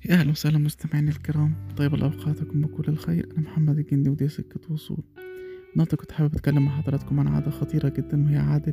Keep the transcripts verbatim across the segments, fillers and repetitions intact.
يا أهلا وسهلا مستمعيني الكرام، طيب أوقاتكم بكل الخير. أنا محمد الجندي ودي سكة وصول. النهاردة كنت حابب أتكلم مع حضراتكم عن عادة خطيرة جدا، وهي عادة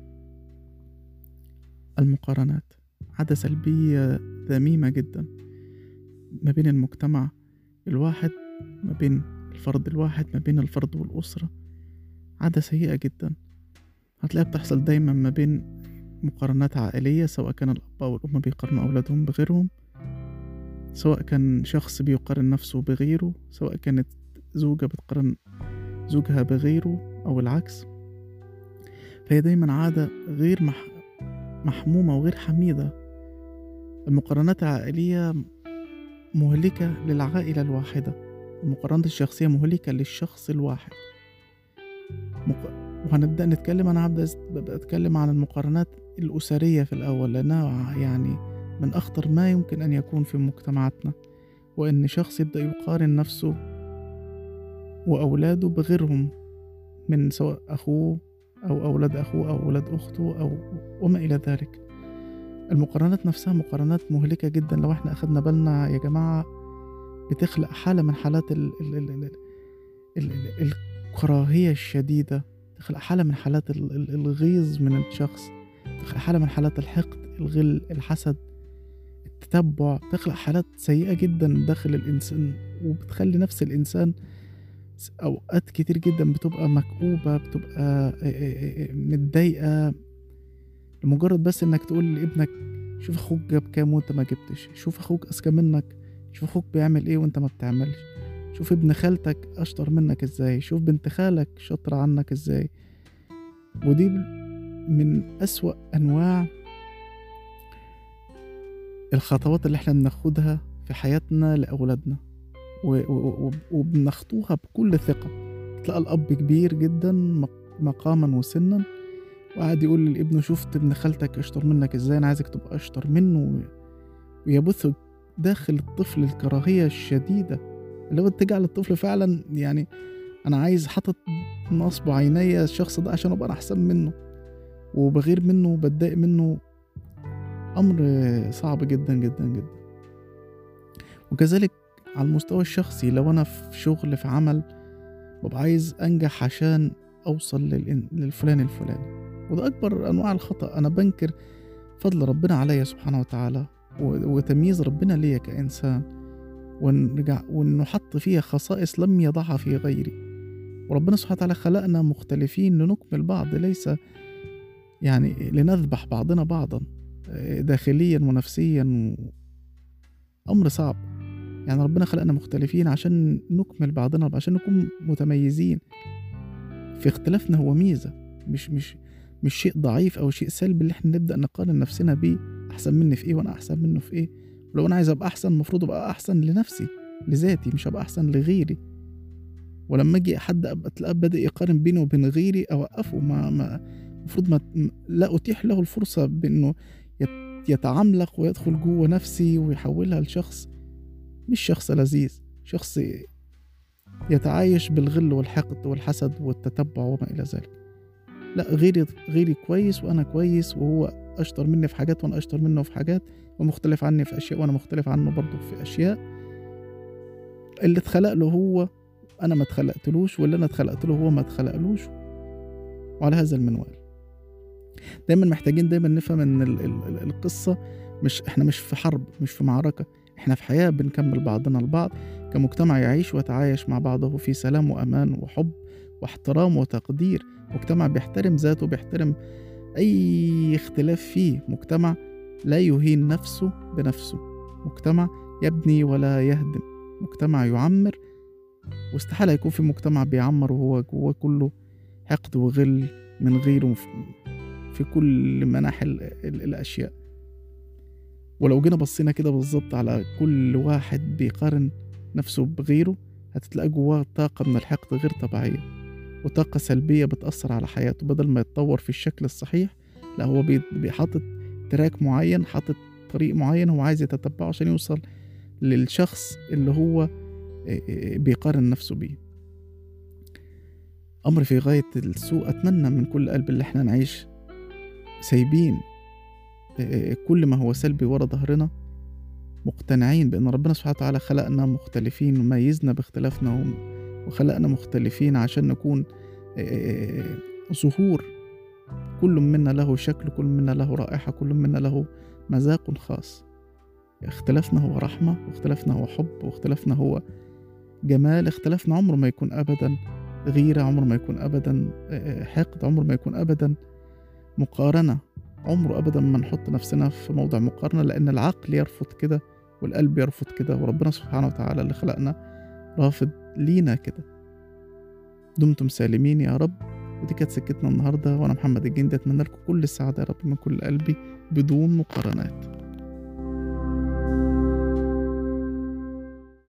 المقارنات. عادة سلبية ذميمة جدا ما بين المجتمع الواحد، ما بين الفرد الواحد، ما بين الفرد والأسرة. عادة سيئة جدا هتلاقيها بتحصل دايما ما بين مقارنات عائلية، سواء كان الأب أو الأم بيقارنوا أولادهم بغيرهم، سواء كان شخص بيقارن نفسه بغيره، سواء كانت زوجة بتقارن زوجها بغيره أو العكس. فهي دايما عادة غير مح... محمومة وغير حميدة. المقارنات العائلية مهلكة للعائلة الواحدة، المقارنات الشخصية مهلكة للشخص الواحد. مق... وهنبدأ نتكلم، أنا هبدأ ببدأ أتكلم عن المقارنات الأسرية في الأول، لأنها يعني من أخطر ما يمكن أن يكون في مجتمعاتنا، وإن شخص يبدأ يقارن نفسه وأولاده بغيرهم، من سواء أخوه أو أولاد أخوه أو أولاد أخته أو وما إلى ذلك. المقارنات نفسها مقارنات مهلكة جدا. لو احنا أخدنا بالنا يا جماعة، بتخلق حالة من حالات ال ال ال ال ال ال الكراهية الشديدة، تخلق حالة من حالات ال ال الغيظ من الشخص، تخلق حالة من حالات الحقد، الغل، الحسد، التتبع، تخلق حالات سيئة جدا داخل الإنسان، وبتخلي نفس الإنسان أوقات كتير جدا بتبقى مكئوبة، بتبقى متضايقة، لمجرد بس إنك تقول لابنك شوف أخوك جاب كام وأنت ما جبتش، شوف أخوك أذكى منك، شوف أخوك بيعمل إيه وأنت ما بتعملش، شوف ابن خالتك أشطر منك إزاي، شوف بنت خالك شاطرة عنك إزاي. ودي من أسوأ أنواع الخطوات اللي احنا بناخدها في حياتنا لأولادنا، وبنخطوها بكل ثقة. تلاقى الأب كبير جدا مقاما وسنا، وقاعد يقول لابنه شفت ابن خالتك اشطر منك ازاي، انا عايزك تبقى اشطر منه، ويبث داخل الطفل الكراهية الشديدة، اللي هو تجعل الطفل فعلا يعني انا عايز حاطط نصب عيني الشخص ده عشان ابقى انا احسن منه، وبغير منه وبتضايق منه. امر صعب جدا جدا جدا. وكذلك على المستوى الشخصي، لو انا في شغل في عمل ببقى عايز انجح عشان اوصل للفلان الفلاني، وده اكبر انواع الخطأ. انا بنكر فضل ربنا عليا سبحانه وتعالى، وتمييز ربنا ليا كإنسان، ونرجع وانه حط فيها خصائص لم يضعها في غيري. وربنا سبحانه وتعالى خلقنا مختلفين لنكمل بعض، ليس يعني لنذبح بعضنا بعضا داخليا ونفسيا. امر صعب. يعني ربنا خلقنا مختلفين عشان نكمل بعضنا، عشان نكون متميزين. في اختلافنا هو ميزة، مش مش مش شيء ضعيف او شيء سلبي اللي احنا نبدأ نقارن نفسنا بيه، احسن مني في ايه وانا احسن منه في ايه. ولو انا عايز ابقى احسن، المفروض ابقى احسن لنفسي لذاتي، مش ابقى احسن لغيري. ولما اجي حد ابقى تلاقيه بادئ يقارن بيني وبين غيري، اوقفه. ما ما المفروض ما لا اتيح له الفرصة بانه يتعملق ويدخل جوه نفسي ويحولها لشخص مش شخص لذيذ، شخص يتعايش بالغل والحقد والحسد والتتبع وما إلى ذلك. لا، غيري غيري كويس وأنا كويس، وهو أشطر مني في حاجات وأنا أشطر منه في حاجات، ومختلف عني في أشياء وأنا مختلف عنه برضه في أشياء. اللي اتخلق له هو أنا ما اتخلقتلوش، واللي أنا اتخلقت له هو ما اتخلقلوش، وعلى هذا المنوال. دايما محتاجين دايما نفهم إن ال ال القصة مش إحنا مش في حرب، مش في معركة، إحنا في حياة بنكمل بعضنا البعض كمجتمع يعيش ويتعايش مع بعضه في سلام وأمان وحب واحترام وتقدير. مجتمع بيحترم ذاته، بيحترم أي اختلاف فيه، مجتمع لا يهين نفسه بنفسه، مجتمع يبني ولا يهدم، مجتمع يعمر. واستحالة يكون في مجتمع بيعمر وهو جواه كله حقد وغل من غيره في كل مناحي الأشياء. ولو جينا بصينا كده بالظبط على كل واحد بيقارن نفسه بغيره، هتتلاقي جواه طاقة من الحقد غير طبيعية، وطاقة سلبية بتأثر على حياته. بدل ما يتطور في الشكل الصحيح، لا، هو بيحطط تراك معين، حاطط طريق معين هو عايز يتتبعه عشان يوصل للشخص اللي هو بيقارن نفسه بيه. أمر في غاية السوء. أتمنى من كل قلب اللي احنا نعيش سايبين كل ما هو سلبي ورا ظهرنا، مقتنعين بأن ربنا سبحانه وتعالى خلقنا مختلفين وميزنا باختلافنا وم- وخلقنا مختلفين عشان نكون آه، ظهور. كل منا له شكل، كل منا له رائحة، كل منا له مذاق خاص. اختلافنا هو رحمة، واختلافنا هو حب، واختلافنا هو جمال. اختلافنا عمره ما يكون أبدا غيرة، عمره ما يكون أبدا آه، حقد، عمره ما يكون أبدا مقارنة. عمره أبدا ما نحط نفسنا في موضع مقارنة، لأن العقل يرفض كده والقلب يرفض كده، وربنا سبحانه وتعالى اللي خلقنا رافض لينا كده. دمتم سالمين يا رب. ودي كانت سكتنا النهاردة، وأنا محمد الجندي أتمنى لكم كل السعادة يا رب من كل قلبي بدون مقارنات.